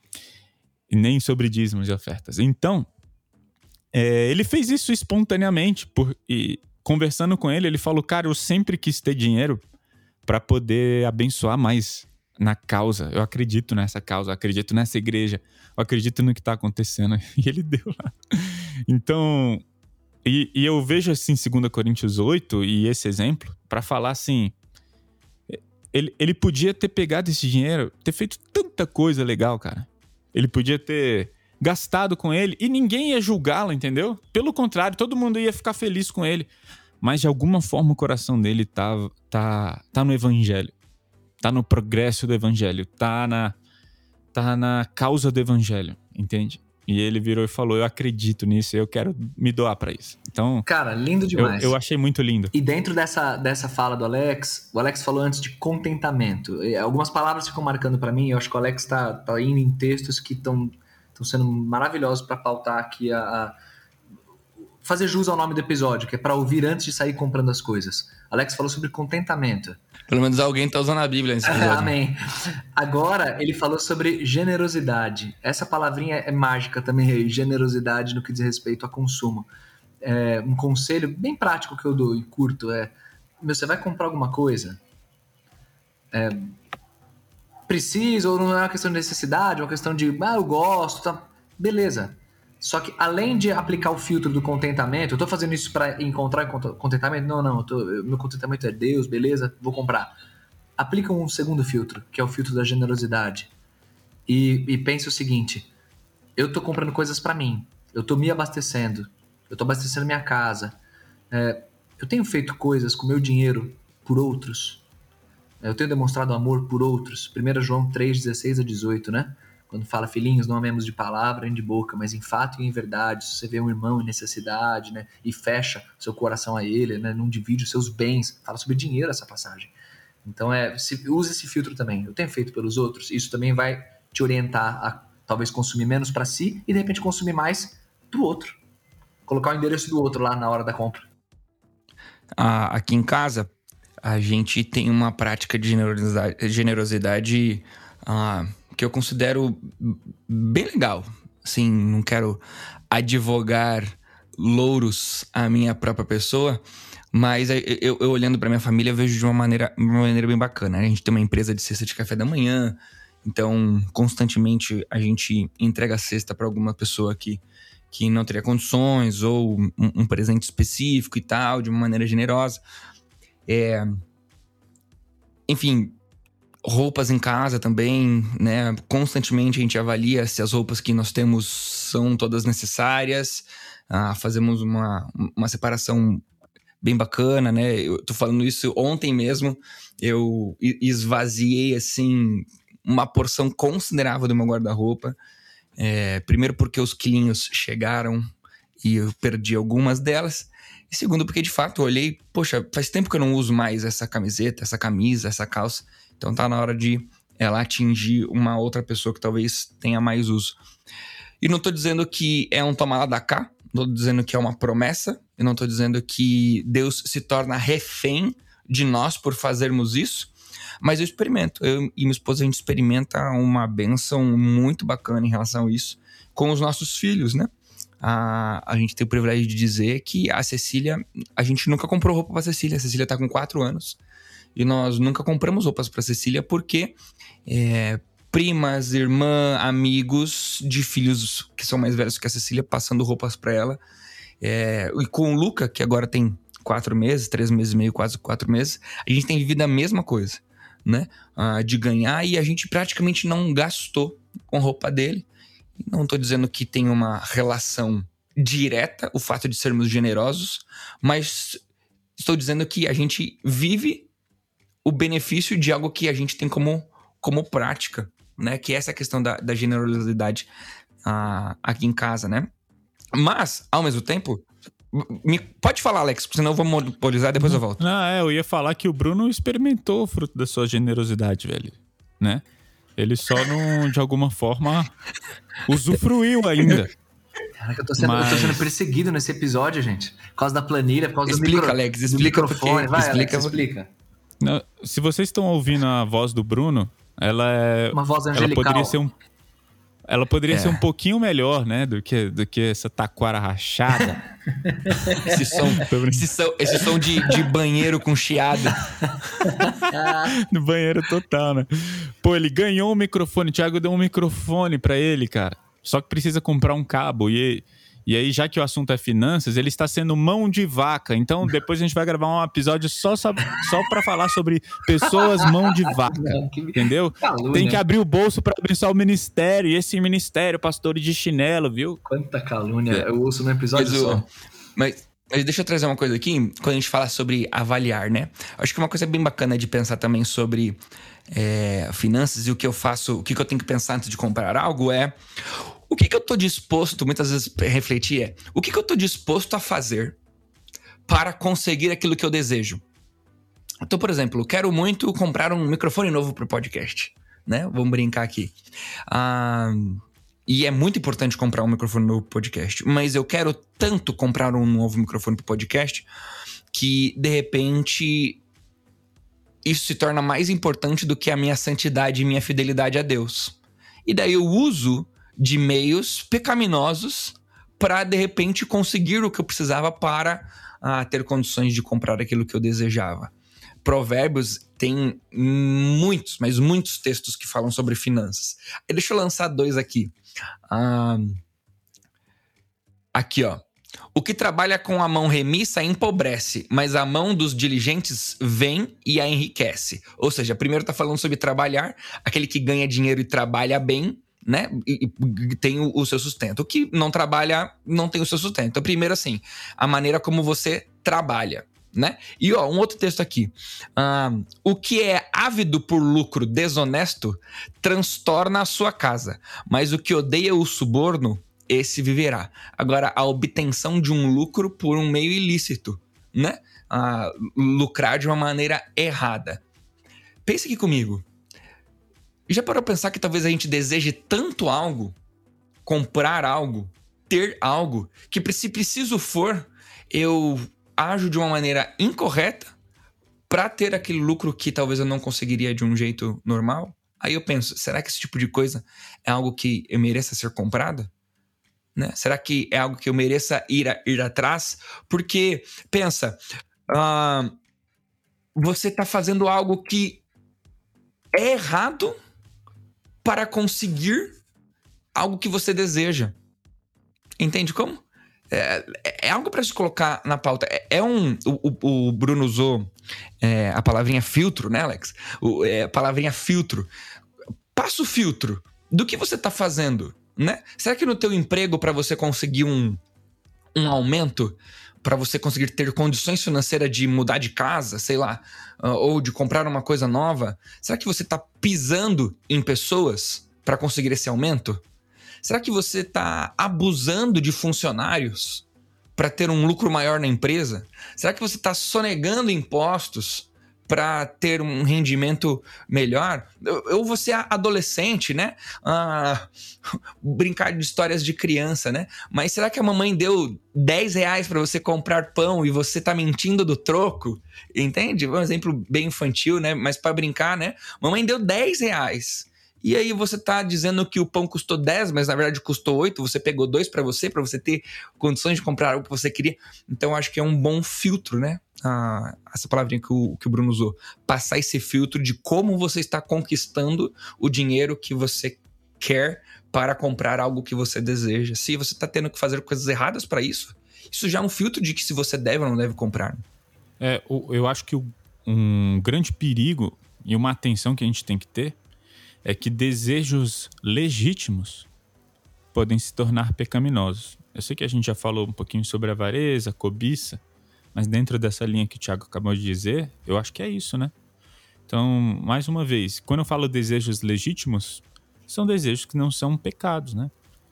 E nem sobre dízimos e ofertas. Então, é, ele fez isso espontaneamente. Por, e conversando com ele, ele falou, cara, eu sempre quis ter dinheiro para poder abençoar mais na causa. Eu acredito nessa causa, eu acredito nessa igreja, eu acredito no que está acontecendo. E ele deu lá. Então, e, e eu vejo assim, dois Coríntios oito, e esse exemplo, para falar assim, ele, ele podia ter pegado esse dinheiro, ter feito tanta coisa legal, cara. Ele podia ter gastado com ele e ninguém ia julgá-lo, entendeu? Pelo contrário, todo mundo ia ficar feliz com ele. Mas de alguma forma o coração dele tá, tá, tá no evangelho. Tá no progresso do evangelho. Tá na, tá na causa do evangelho, entende? E ele virou e falou, eu acredito nisso, eu quero me doar pra isso. Então, cara, lindo demais. Eu, eu achei muito lindo. E dentro dessa, dessa fala do Alex, o Alex falou antes de contentamento. Algumas palavras ficam marcando pra mim, eu acho que o Alex tá, tá indo em textos que estão sendo maravilhosos pra pautar aqui a... a fazer jus ao nome do episódio, que é para ouvir antes de sair comprando as coisas. Alex falou sobre contentamento. Pelo menos alguém tá usando a Bíblia nesse episódio. Amém. Agora, ele falou sobre generosidade. Essa palavrinha é mágica também, generosidade no que diz respeito a consumo. É um conselho bem prático que eu dou e curto é, meu, você vai comprar alguma coisa? É, precisa ou não é uma questão de necessidade, é uma questão de, ah, eu gosto, tá? Beleza. Só que além de aplicar o filtro do contentamento, eu tô fazendo isso para encontrar contentamento? Não, não, eu tô, meu contentamento é Deus, beleza, vou comprar. Aplica um segundo filtro, que é o filtro da generosidade. E, e pense o seguinte, eu tô comprando coisas para mim, eu tô me abastecendo, eu tô abastecendo minha casa, é, eu tenho feito coisas com meu dinheiro por outros, eu tenho demonstrado amor por outros. primeiro João três, dezesseis a dezoito, né? Quando fala, filhinhos, não amemos de palavra nem de boca, mas em fato e em verdade. Se você vê um irmão em necessidade, né, e fecha seu coração a ele, né, não divide os seus bens, fala sobre dinheiro essa passagem. Então, é, se, use esse filtro também. Eu tenho feito pelos outros, isso também vai te orientar a talvez consumir menos para si e de repente consumir mais do outro. Colocar o endereço do outro lá na hora da compra. Ah, aqui em casa, a gente tem uma prática de generosidade, generosidade ah, que eu considero bem legal. Assim, não quero advogar louros à minha própria pessoa, mas eu, eu, eu olhando para minha família, eu vejo de uma maneira, uma maneira bem bacana. A gente tem uma empresa de cesta de café da manhã, então constantemente a gente entrega a cesta para alguma pessoa que, que não teria condições, ou um, um presente específico e tal, de uma maneira generosa. É... Enfim... Roupas em casa também, né? Constantemente a gente avalia se as roupas que nós temos são todas necessárias. Ah, fazemos uma, uma separação bem bacana, né? Eu tô falando isso ontem mesmo. Eu esvaziei, assim, uma porção considerável do meu guarda-roupa. É, primeiro porque os quilinhos chegaram e eu perdi algumas delas. E segundo porque, de fato, eu olhei... Poxa, faz tempo que eu não uso mais essa camiseta, essa camisa, essa calça. Então tá na hora de ela atingir uma outra pessoa que talvez tenha mais uso. E não tô dizendo que é um toma lá da cá, não tô dizendo que é uma promessa, e não tô dizendo que Deus se torna refém de nós por fazermos isso, mas eu experimento. Eu e minha esposa, a gente experimenta uma bênção muito bacana em relação a isso com os nossos filhos, né? A, a gente tem o privilégio de dizer que a Cecília, a gente nunca comprou roupa pra Cecília. A Cecília tá com quatro anos. E nós nunca compramos roupas para Cecília porque é, primas, irmã, amigos de filhos que são mais velhos que a Cecília passando roupas para ela. É, e com o Luca, que agora tem quatro meses, três meses e meio, quase quatro meses, a gente tem vivido a mesma coisa, né? Ah, de ganhar, e a gente praticamente não gastou com roupa dele. Não estou dizendo que tem uma relação direta o fato de sermos generosos, mas estou dizendo que a gente vive o benefício de algo que a gente tem como, como prática, né? Que é essa questão da, da generosidade ah, aqui em casa, né? Mas, ao mesmo tempo... Me, pode falar, Alex, senão eu vou monopolizar e depois eu volto. Não, é, eu ia falar que o Bruno experimentou o fruto da sua generosidade, velho, né? Ele só não, de alguma forma, usufruiu ainda. Caraca, eu tô sendo, Mas... eu tô sendo perseguido nesse episódio, gente. Por causa da planilha, por causa Explica, do, micro... Alex, do explica microfone. porque... Vai, explica Alex, explica. Não, se vocês estão ouvindo a voz do Bruno, ela é... Uma voz ela angelical. poderia ser um Ela poderia É. ser um pouquinho melhor, né? Do que, do que essa taquara rachada. Esse som, esse som, esse som de, de banheiro com chiado. No banheiro total, né? Pô, ele ganhou um microfone. O Thiago deu um microfone pra ele, cara. Só que precisa comprar um cabo. E, e aí, já que o assunto é finanças, ele está sendo mão de vaca. Então, depois a gente vai gravar um episódio só, só, só pra falar sobre pessoas mão de vaca. Não, que- Entendeu? calúnia. Tem que abrir o bolso pra abençoar o ministério. E esse ministério, pastores de chinelo, viu? Quanta calúnia. Eu ouço no episódio Mas, o- só. mas, mas deixa eu trazer uma coisa aqui, quando a gente fala sobre avaliar, né? Acho que uma coisa bem bacana de pensar também sobre é, finanças e o que eu faço, o que, que eu tenho que pensar antes de comprar algo é o que, que eu tô disposto, muitas vezes refletir é o que, que eu tô disposto a fazer para conseguir aquilo que eu desejo. Então, por exemplo, eu quero muito comprar um microfone novo pro podcast, né? Vamos brincar aqui. Ah... E é muito importante comprar um microfone novo pro podcast. Mas eu quero tanto comprar um novo microfone pro podcast que, de repente, isso se torna mais importante do que a minha santidade e minha fidelidade a Deus. E daí eu uso de meios pecaminosos para, de repente, conseguir o que eu precisava para ah, ter condições de comprar aquilo que eu desejava. Provérbios tem muitos, mas muitos textos que falam sobre finanças. Deixa eu lançar dois aqui. Ah, aqui, ó. O que trabalha com a mão remissa empobrece, mas a mão dos diligentes vem e a enriquece. Ou seja, primeiro tá falando sobre trabalhar, aquele que ganha dinheiro e trabalha bem, né? E, e tem o, o seu sustento. O que não trabalha, não tem o seu sustento. Então, primeiro assim, a maneira como você trabalha, né? E ó, um outro texto aqui. Ah, o que é ávido por lucro desonesto transtorna a sua casa, mas o que odeia o suborno, esse viverá. Agora, a obtenção de um lucro por um meio ilícito, né? Ah, lucrar de uma maneira errada. Pense aqui comigo. Já parou pra pensar que talvez a gente deseje tanto algo, comprar algo, ter algo, que se preciso for, eu ajo de uma maneira incorreta para ter aquele lucro que talvez eu não conseguiria de um jeito normal? Aí eu penso, será que esse tipo de coisa é algo que eu mereça ser comprado? Né? Será que é algo que eu mereça ir, a, ir atrás? Porque, pensa, uh, você está fazendo algo que é errado para conseguir algo que você deseja. Entende como? É, é algo para se colocar na pauta. É, é um... O, o Bruno usou é, a palavrinha filtro, né, Alex? O, é, a palavrinha filtro. Passa o filtro do que você está fazendo, né? Será que no teu emprego, para você conseguir um, um aumento, para você conseguir ter condições financeiras de mudar de casa, sei lá, uh, ou de comprar uma coisa nova, será que você está pisando em pessoas para conseguir esse aumento? Será que você está abusando de funcionários para ter um lucro maior na empresa? Será que você está sonegando impostos para ter um rendimento melhor? Ou você é adolescente, né? Ah, brincar de histórias de criança, né? Mas será que a mamãe deu dez reais para você comprar pão e você tá mentindo do troco? Entende? Um exemplo bem infantil, né? Mas para brincar, né? Mamãe deu dez reais. E aí você tá dizendo que o pão custou dez, mas na verdade custou oito, você pegou dois para você, para você ter condições de comprar algo que você queria. Então acho que é um bom filtro, né? Ah, essa palavrinha que o, que o Bruno usou. Passar esse filtro de como você está conquistando o dinheiro que você quer para comprar algo que você deseja. Se você está tendo que fazer coisas erradas para isso, isso já é um filtro de que se você deve ou não deve comprar. É, eu acho que um grande perigo e uma atenção que a gente tem que ter é que desejos legítimos podem se tornar pecaminosos. Eu sei que a gente já falou um pouquinho sobre avareza, cobiça, mas dentro dessa linha que o Thiago acabou de dizer, eu acho que é isso, né? Então, mais uma vez, quando eu falo desejos legítimos, são desejos que não são pecados, né?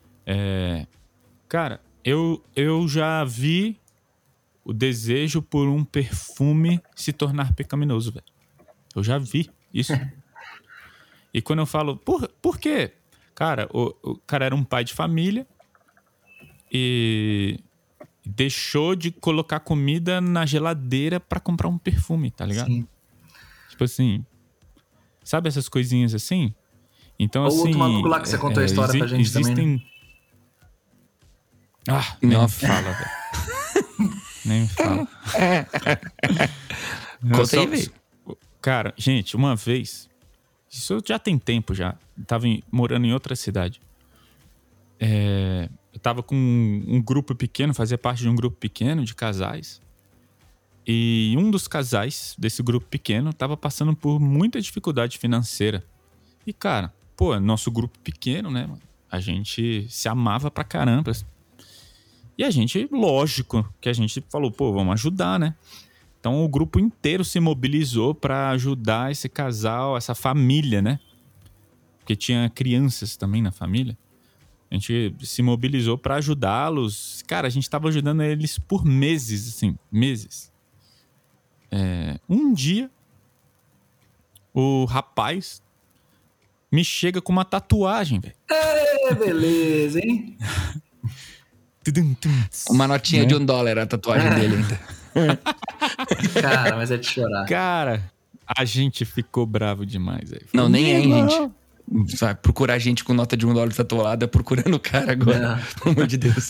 É, cara, eu, eu já vi o desejo por um perfume se tornar pecaminoso, velho. Eu já vi isso. E quando eu falo, por, por quê? Cara, o, o cara era um pai de família e deixou de colocar comida na geladeira pra comprar um perfume, tá ligado? Sim. Tipo assim, sabe essas coisinhas assim? Então, Ou assim... o outro maluco lá que você contou a história exi- pra gente existem... também, né? Ah, nem me Nossa. fala, velho. Nem me fala. Conta aí, Só- velho. Cara, gente, uma vez... Isso já tem tempo já. Eu tava em- morando em outra cidade. É, eu tava com um, um grupo pequeno, fazia parte de um grupo pequeno de casais. E um dos casais desse grupo pequeno tava passando por muita dificuldade financeira. E, cara, pô, nosso grupo pequeno, né? A gente se amava pra caramba. E a gente, lógico, que a gente falou, pô, vamos ajudar, né? Então o grupo inteiro se mobilizou pra ajudar esse casal, essa família, né? Porque tinha crianças também na família. A gente se mobilizou pra ajudá-los. Cara, a gente tava ajudando eles por meses, assim, meses. É, um dia, o rapaz me chega com uma tatuagem, velho. É, beleza, hein? Tudum, tum, Uma notinha né? de um dólar a tatuagem dele ainda. Cara, mas é de chorar. Cara, a gente ficou bravo demais, velho. Não, nem é, hein, Não. gente. Vai procurar gente com nota de um dólar tatuada, procurando o cara agora. Não. Pelo amor de Deus.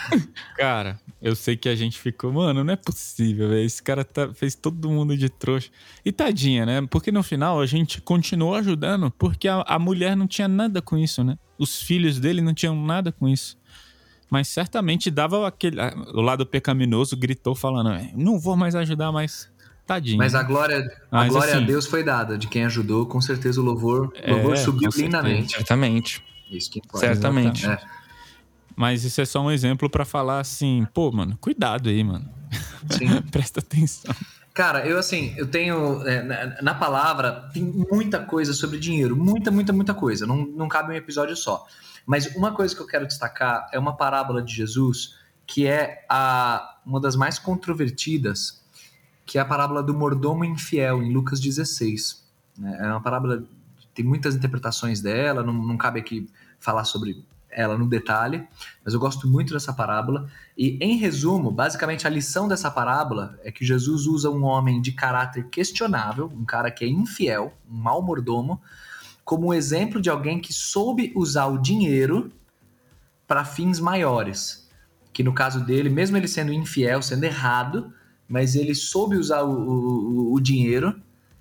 Cara, eu sei que a gente ficou, mano, não é possível, velho. Esse cara tá- fez todo mundo de trouxa. E tadinha, né? Porque no final a gente continuou ajudando, porque a, a mulher não tinha nada com isso, né? Os filhos dele não tinham nada com isso. Mas certamente dava aquele. O lado pecaminoso gritou falando: não vou mais ajudar, mas tadinho. Mas a glória, a Mas, glória assim, a Deus foi dada. De quem ajudou, com certeza o louvor, o É, louvor subiu com certeza. lindamente. Certamente. Isso que importa. Certamente. É, Mas isso é só um exemplo pra falar assim, pô, mano, cuidado aí, mano. sim. Presta atenção. Cara, eu assim, eu tenho. é, na, na palavra, tem muita coisa sobre dinheiro. Muita, muita, muita coisa. Não, não cabe um episódio só. Mas uma coisa que eu quero destacar é uma parábola de Jesus que é a, uma das mais controvertidas, que é a parábola do mordomo infiel, em Lucas dezesseis. É uma parábola, tem muitas interpretações dela, não, não cabe aqui falar sobre ela no detalhe, mas eu gosto muito dessa parábola. E, em resumo, basicamente a lição dessa parábola é que Jesus usa um homem de caráter questionável, um cara que é infiel, um mau mordomo, como um exemplo de alguém que soube usar o dinheiro para fins maiores. Que no caso dele, mesmo ele sendo infiel, sendo errado, mas ele soube usar o, o, o dinheiro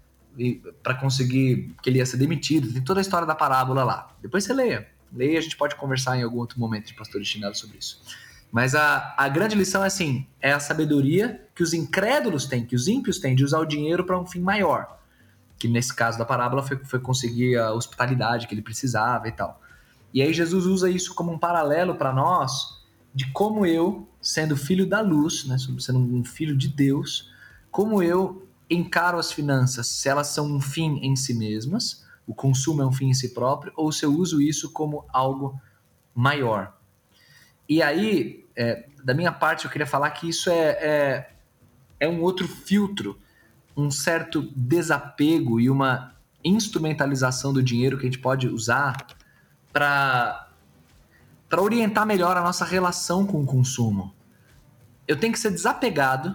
para conseguir que ele ia ser demitido. Tem toda a história da parábola lá. Depois você leia. Leia, a gente pode conversar em algum outro momento de Pastor de Chinelo sobre isso. Mas a, a grande lição é assim, é a sabedoria que os incrédulos têm, que os ímpios têm, de usar o dinheiro para um fim maior. Que nesse caso da parábola foi, foi conseguir a hospitalidade que ele precisava e tal. E aí Jesus usa isso como um paralelo para nós, de como eu, sendo filho da luz, né, sendo um filho de Deus, como eu encaro as finanças, se elas são um fim em si mesmas, o consumo é um fim em si próprio, ou se eu uso isso como algo maior. E aí, é, da minha parte, eu queria falar que isso é, é, é um outro filtro, um certo desapego e uma instrumentalização do dinheiro que a gente pode usar para para orientar melhor a nossa relação com o consumo. Eu tenho que ser desapegado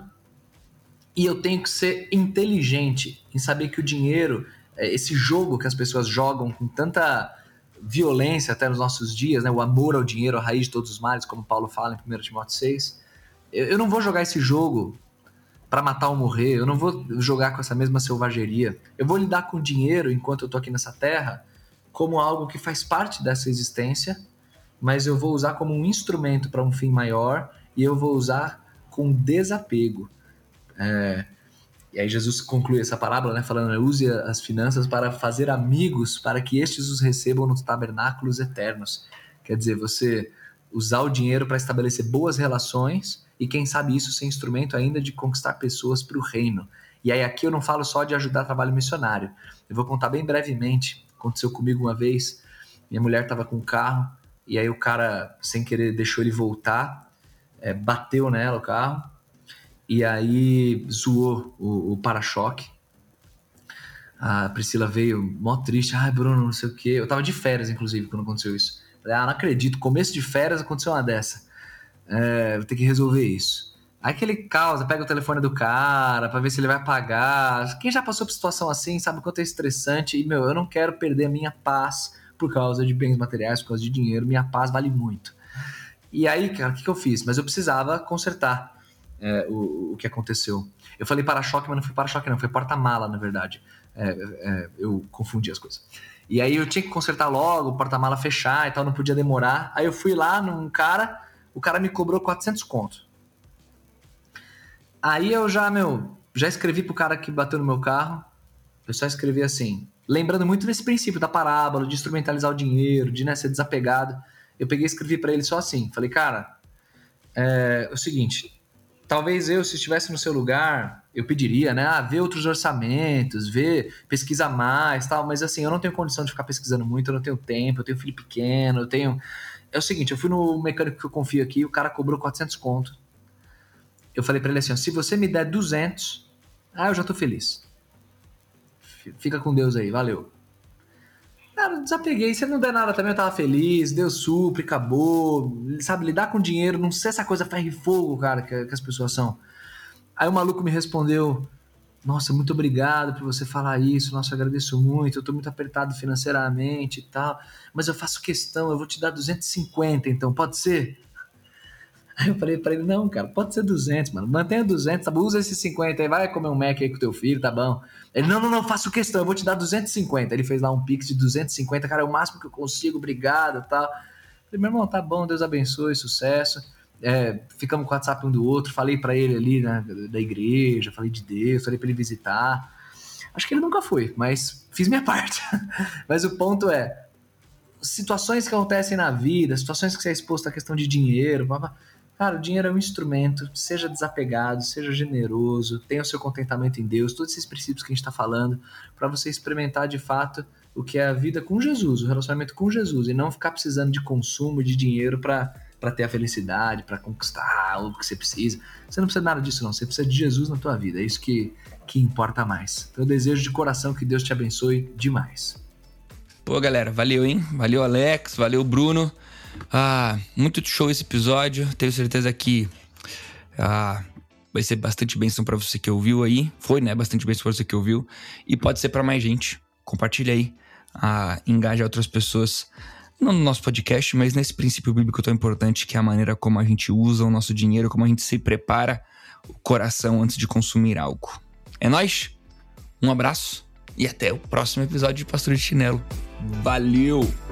e eu tenho que ser inteligente em saber que o dinheiro, esse jogo que as pessoas jogam com tanta violência até nos nossos dias, né? O amor ao dinheiro, a raiz de todos os males, como Paulo fala em primeiro Timóteo seis, eu não vou jogar esse jogo para matar ou morrer, eu não vou jogar com essa mesma selvageria. Eu vou lidar com o dinheiro enquanto eu tô aqui nessa terra como algo que faz parte dessa existência, mas eu vou usar como um instrumento para um fim maior e eu vou usar com desapego. É, e aí Jesus conclui essa parábola, né, falando, use as finanças para fazer amigos, para que estes os recebam nos tabernáculos eternos. Quer dizer, você usar o dinheiro para estabelecer boas relações e quem sabe isso ser instrumento ainda de conquistar pessoas para o reino. E aí aqui eu não falo só de ajudar trabalho missionário. Eu vou contar bem brevemente. Aconteceu comigo uma vez, minha mulher estava com um carro e aí o cara, sem querer, deixou ele voltar, é, bateu nela o carro e aí zoou o, o para-choque. A Priscila veio mó triste, ai Bruno, não sei o quê. Eu tava de férias, inclusive, quando aconteceu isso. Falei, ah, não acredito, começo de férias aconteceu uma dessa. É, vou ter que resolver isso. Aí aquele caos, pega o telefone do cara pra ver se ele vai pagar. Quem já passou por situação assim sabe o quanto é estressante. E, meu, eu não quero perder a minha paz por causa de bens materiais, por causa de dinheiro. Minha paz vale muito. E aí, cara, o que, que eu fiz? Mas eu precisava consertar é, o, o que aconteceu. Eu falei para-choque, mas não foi para-choque não, foi porta-mala, na verdade. É, é, eu confundi as coisas. E aí eu tinha que consertar logo, o porta-mala fechar e tal, não podia demorar. Aí eu fui lá num cara, o cara me cobrou quatrocentos conto. Aí eu já, meu, já escrevi pro cara que bateu no meu carro, eu só escrevi assim, lembrando muito desse princípio da parábola, de instrumentalizar o dinheiro, de, né, ser desapegado. Eu peguei e escrevi pra ele só assim, falei, cara, é, é o seguinte, talvez eu, se estivesse no seu lugar, eu pediria, né, ah, ver outros orçamentos, ver, pesquisa mais, tal, mas assim, eu não tenho condição de ficar pesquisando muito, eu não tenho tempo, eu tenho filho pequeno, eu tenho... É o seguinte, eu fui no mecânico que eu confio aqui, o cara cobrou quatrocentos conto. Eu falei pra ele assim, ó, se você me der duzentos, ah, eu já tô feliz. Fica com Deus aí, valeu. Cara, desapeguei, se ele não der nada também eu tava feliz, deu supre, acabou, sabe, lidar com dinheiro, não sei essa coisa ferro e fogo, cara, que, que as pessoas são. Aí o maluco me respondeu, nossa, muito obrigado por você falar isso, nossa, eu agradeço muito, eu tô muito apertado financeiramente e tal, mas eu faço questão, eu vou te dar duzentos e cinquenta então, pode ser? Aí eu falei pra ele, não, cara, pode ser duzentos, mano, mantenha duzentos, tá bom? Usa esses cinquenta aí, vai comer um Mac aí com teu filho, tá bom? Ele, não, não, não, faço questão, eu vou te dar duzentos e cinquenta. Ele fez lá um pix de duzentos e cinquenta, cara, é o máximo que eu consigo, obrigado e tal. Eu falei, meu irmão, tá bom, Deus abençoe, sucesso. É, ficamos com o WhatsApp um do outro, falei pra ele ali, né, da igreja, falei de Deus, falei pra ele visitar. Acho que ele nunca foi, mas fiz minha parte. Mas o ponto é, situações que acontecem na vida, situações que você é exposto à questão de dinheiro, blá, blá. Cara, o dinheiro é um instrumento, seja desapegado, seja generoso, tenha o seu contentamento em Deus, todos esses princípios que a gente está falando, para você experimentar de fato o que é a vida com Jesus, o relacionamento com Jesus, e não ficar precisando de consumo, de dinheiro para ter a felicidade, para conquistar o que você precisa. Você não precisa de nada disso não, você precisa de Jesus na tua vida, é isso que, que importa mais. Então eu desejo de coração que Deus te abençoe demais. Pô, galera, valeu, hein? Valeu, Alex, valeu, Bruno. Ah, muito show esse episódio. Tenho certeza que ah, vai ser bastante bênção pra você que ouviu aí. Foi, né? Bastante bênção pra você que ouviu. E pode ser pra mais gente. Compartilha aí. Ah, engaja outras pessoas. Não no nosso podcast, mas nesse princípio bíblico tão importante, que é a maneira como a gente usa o nosso dinheiro, como a gente se prepara o coração antes de consumir algo. É nóis? Um abraço e até o próximo episódio de Pastor de Chinelo. Valeu!